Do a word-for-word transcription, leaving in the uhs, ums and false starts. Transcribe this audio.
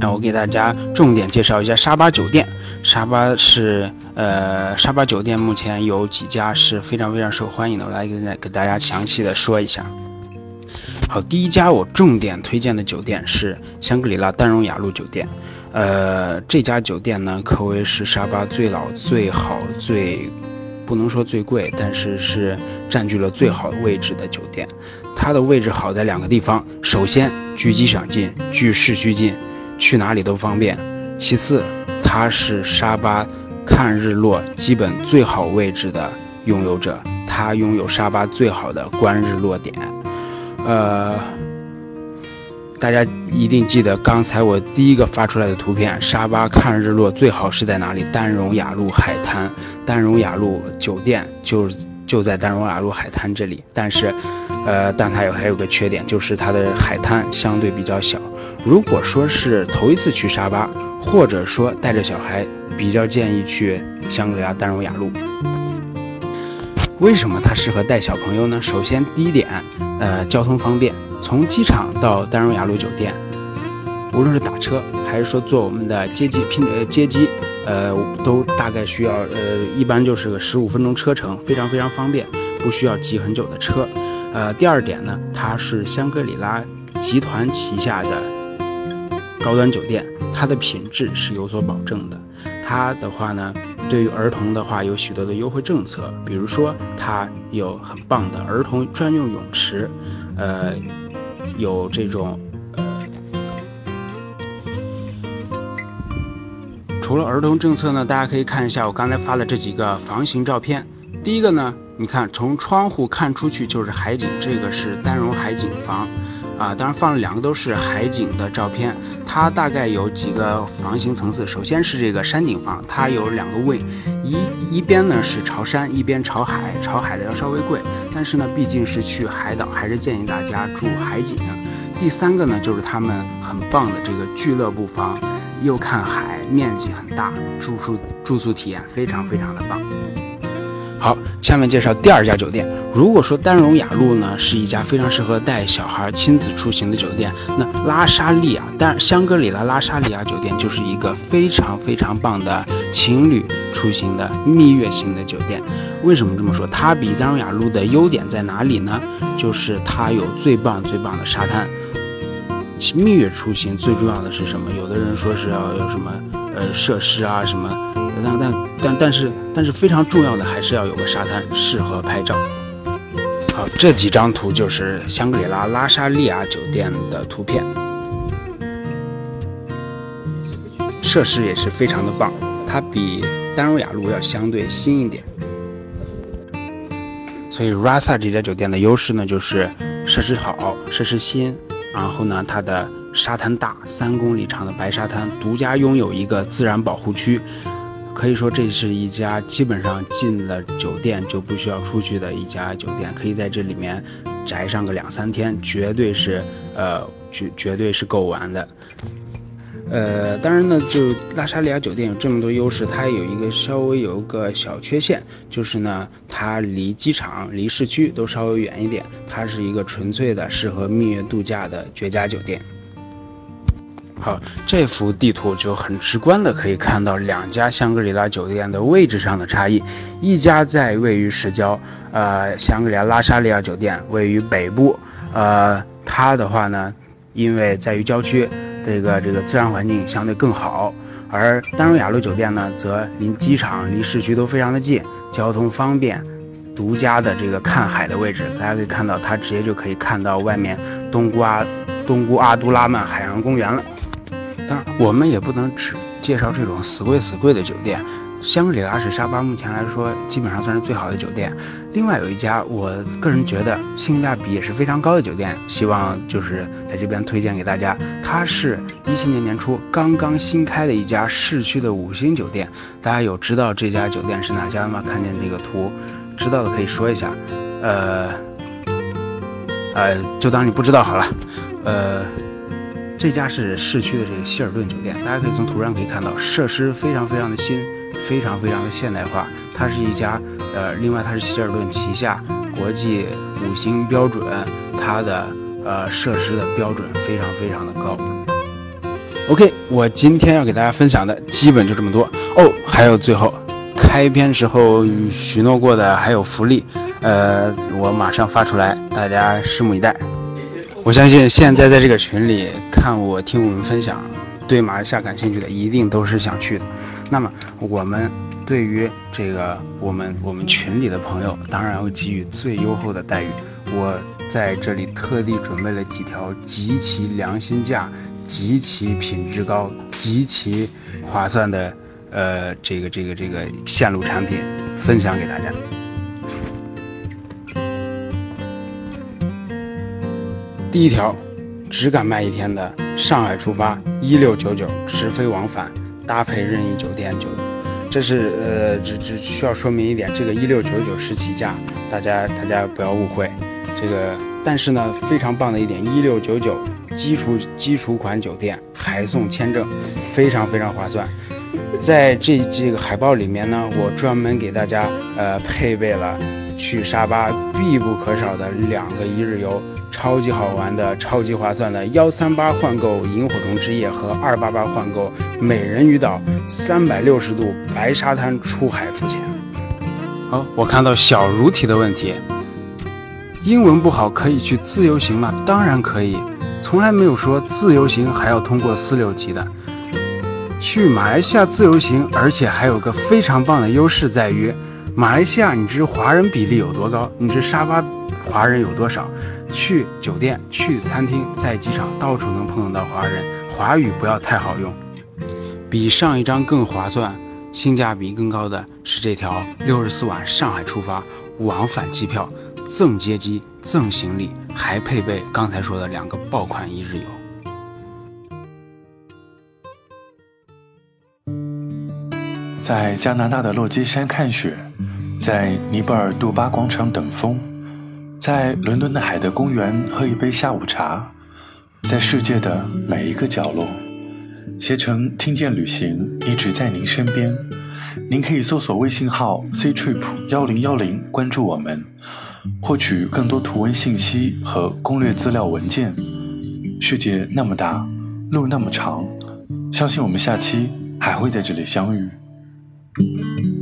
那我给大家重点介绍一下沙巴酒店。沙巴是呃，沙巴酒店目前有几家是非常非常受欢迎的，我来给给大家详细的说一下。好，第一家我重点推荐的酒店是香格里拉丹绒雅路酒店。呃，这家酒店呢，可谓是沙巴最老、最好、最不能说最贵，但是是占据了最好位置的酒店。它的位置好在两个地方，首先距机场近，距市区近，去哪里都方便。其次，它是沙巴看日落基本最好位置的拥有者，它拥有沙巴最好的观日落点。呃，大家一定记得刚才我第一个发出来的图片，沙巴看日落最好是在哪里？丹绒雅路海滩，丹绒雅路酒店就就在丹绒雅路海滩这里。但是，呃，但它有还有个缺点，就是它的海滩相对比较小。如果说是头一次去沙巴，或者说带着小孩，比较建议去香格里拉丹绒雅路。为什么它适合带小朋友呢？首先第一点，呃，交通方便，从机场到丹绒雅路酒店，无论是打车还是说坐我们的接机拼呃接机，呃，都大概需要呃，一般就是个十五分钟车程，非常非常方便，不需要挤很久的车。呃，第二点呢，它是香格里拉集团旗下的高端酒店，它的品质是有所保证的。它的话呢，对于儿童的话有许多的优惠政策，比如说它有很棒的儿童专用泳池，呃，有这种呃，除了儿童政策呢，大家可以看一下我刚才发的这几个房型照片。第一个呢，你看从窗户看出去就是海景，这个是丹绒海景房。啊，当然放了两个都是海景的照片，它大概有几个房型层次。首先是这个山顶房，它有两个位，一一边呢是朝山，一边朝海，朝海的要稍微贵，但是呢毕竟是去海岛，还是建议大家住海景。第三个呢就是他们很棒的这个俱乐部房，又看海，面积很大，住宿住宿体验非常非常的棒。好，下面介绍第二家酒店。如果说丹绒雅路呢是一家非常适合带小孩亲子出行的酒店，那拉沙利亚，但香格里拉拉沙利亚酒店就是一个非常非常棒的情侣出行的蜜月型的酒店。为什么这么说？它比丹绒雅路的优点在哪里呢？就是它有最棒最棒的沙滩。蜜月出行最重要的是什么？有的人说是要有什么呃设施啊什么。但但但但是但是非常重要的还是要有个沙滩，适合拍照。好，这几张图就是香格里拉拉沙利亚酒店的图片，设施也是非常的棒，它比丹绒雅路要相对新一点。所以 Rasa 这家酒店的优势呢，就是设施好，设施新，然后呢，它的沙滩大，三公里长的白沙滩，独家拥有一个自然保护区。可以说这是一家基本上进了酒店就不需要出去的一家酒店，可以在这里面宅上个两三天，绝对是呃绝绝对是够玩的。呃，当然呢，就拉沙利亚酒店有这么多优势，它有一个稍微有一个小缺陷，就是呢，它离机场、离市区都稍微远一点，它是一个纯粹的适合蜜月度假的绝佳酒店。好，这幅地图就很直观的可以看到两家香格里拉酒店的位置上的差异。一家在位于市郊，呃，香格里拉拉沙利亚酒店位于北部，呃，它的话呢，因为在于郊区，这个这个自然环境相对更好。而丹绒雅路酒店呢，则离机场、离市区都非常的近，交通方便。独家的这个看海的位置，大家可以看到，它直接就可以看到外面东姑阿东姑阿都拉曼海洋公园了。当然，我们也不能只介绍这种死贵死贵的酒店。香格里拉是沙巴目前来说基本上算是最好的酒店。另外有一家我个人觉得性价比也是非常高的酒店，希望就是在这边推荐给大家。它是一七年年初刚刚新开的一家市区的五星酒店。大家有知道这家酒店是哪家吗？看见这个图，知道的可以说一下。呃，呃，就当你不知道好了。呃。这家是市区的这个希尔顿酒店，大家可以从图上可以看到，设施非常非常的新，非常非常的现代化。它是一家呃，另外它是希尔顿旗下国际五星标准，它的呃设施的标准非常非常的高。 OK， 我今天要给大家分享的基本就这么多哦。还有最后，开篇时候许诺过的还有福利，呃，我马上发出来，大家拭目以待。我相信现在在这个群里看我听我们分享，对马来西亚感兴趣的一定都是想去的。那么我们对于这个我们我们群里的朋友，当然会给予最优厚的待遇。我在这里特地准备了几条极其良心价、极其品质高、极其划算的呃这个这个这个线路产品分享给大家。第一条，只敢卖一天的上海出发一六九九直飞往返，搭配任意酒店酒。这是呃只只需要说明一点，这个一六九九是起价，大家大家不要误会。这个但是呢，非常棒的一点，一六九九基础基础款酒店还送签证，非常非常划算。在这这个海报里面呢，我专门给大家呃配备了去沙巴必不可少的两个一日游，超级好玩的、超级划算的一三八换购萤火虫之夜和二八八换购美人鱼岛，三百六十度白沙滩出海浮潜。好，我看到小如提的问题。英文不好可以去自由行吗？当然可以，从来没有说自由行还要通过四六级的。去马来西亚自由行，而且还有个非常棒的优势在于，马来西亚你知华人比例有多高？你知沙巴华人有多少？去酒店、去餐厅、在机场，到处能碰得到华人，华语不要太好用。比上一张更划算、性价比更高的是这条六十四晚上海出发往返机票。赠接机、赠行李，还配备刚才说的两个爆款一日游。 在加拿大的落基山看雪，在尼泊尔杜巴广场等风，在伦敦的海德公园喝一杯下午茶，在世界的每一个角落，携程听见旅行一直在您身边。您可以搜索微信号 C trip 一零一零关注我们，获取更多图文信息和攻略资料文件。世界那么大，路那么长，相信我们下期还会在这里相遇。